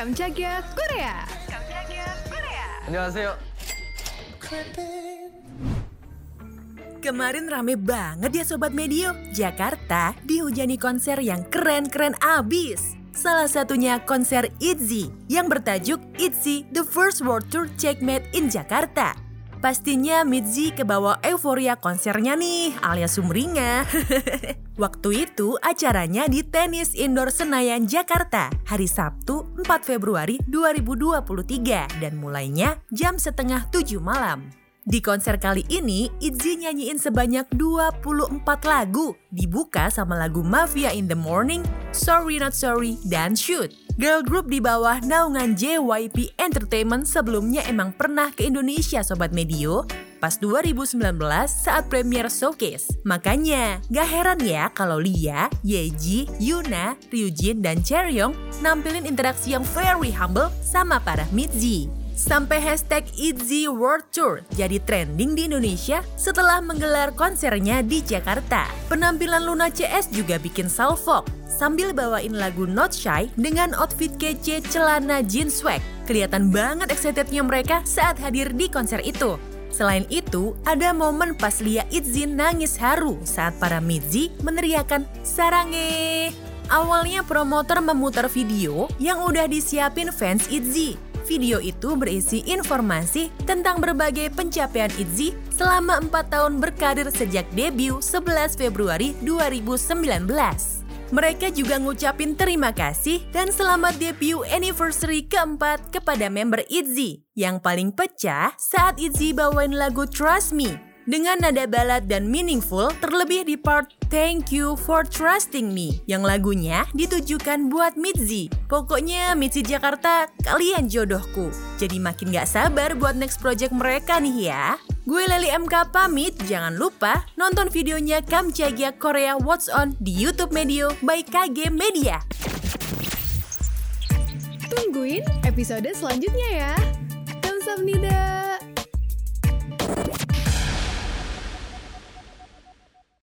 깜짝이야 Korea. 안녕하세요. Kemarin rame banget ya Sobat Medio. Jakarta dihujani konser yang keren-keren abis. Salah satunya konser ITZY yang bertajuk ITZY The First World Tour Checkmate in Jakarta. Pastinya Mitzi kebawa euforia konsernya nih, alias sumringah. Waktu itu acaranya di Tenis Indoor Senayan, Jakarta, hari Sabtu 4 Februari 2023 dan mulainya jam 6:30 malam. Di konser kali ini, ITZY nyanyiin sebanyak 24 lagu, dibuka sama lagu Mafia in the Morning, Sorry Not Sorry, dan Shoot. Girl group di bawah naungan JYP Entertainment sebelumnya emang pernah ke Indonesia Sobat Medio pas 2019 saat premier showcase. Makanya gak heran ya kalau Lia, Yeji, Yuna, Ryujin, dan Chaeryeong nampilin interaksi yang very humble sama para Mitzi. Sampai hashtag ITZY World Tour jadi trending di Indonesia setelah menggelar konsernya di Jakarta. Penampilan Luna CS juga bikin salfok sambil bawain lagu Not Shy dengan outfit kece celana jeans swag. Kelihatan banget excitednya mereka saat hadir di konser itu. Selain itu, ada momen pas Lia ITZY nangis haru saat para Mitzi meneriakan Sarange. Awalnya promotor memutar video yang udah disiapin fans ITZY. Video itu berisi informasi tentang berbagai pencapaian ITZY selama 4 tahun berkarir sejak debut 11 Februari 2019. Mereka juga ngucapin terima kasih dan selamat debut anniversary keempat kepada member ITZY. Yang paling pecah saat ITZY bawain lagu Trust Me dengan nada balad dan meaningful, terlebih di part Thank You for Trusting Me yang lagunya ditujukan buat Mitzi. Pokoknya Mitzi Jakarta, kalian jodohku. Jadi makin gak sabar buat next project mereka nih ya. Gue Leli MK pamit, jangan lupa nonton videonya Kamchagia Korea What's On di YouTube Medio by KG Media. Tungguin episode selanjutnya ya. Kamsahamnida.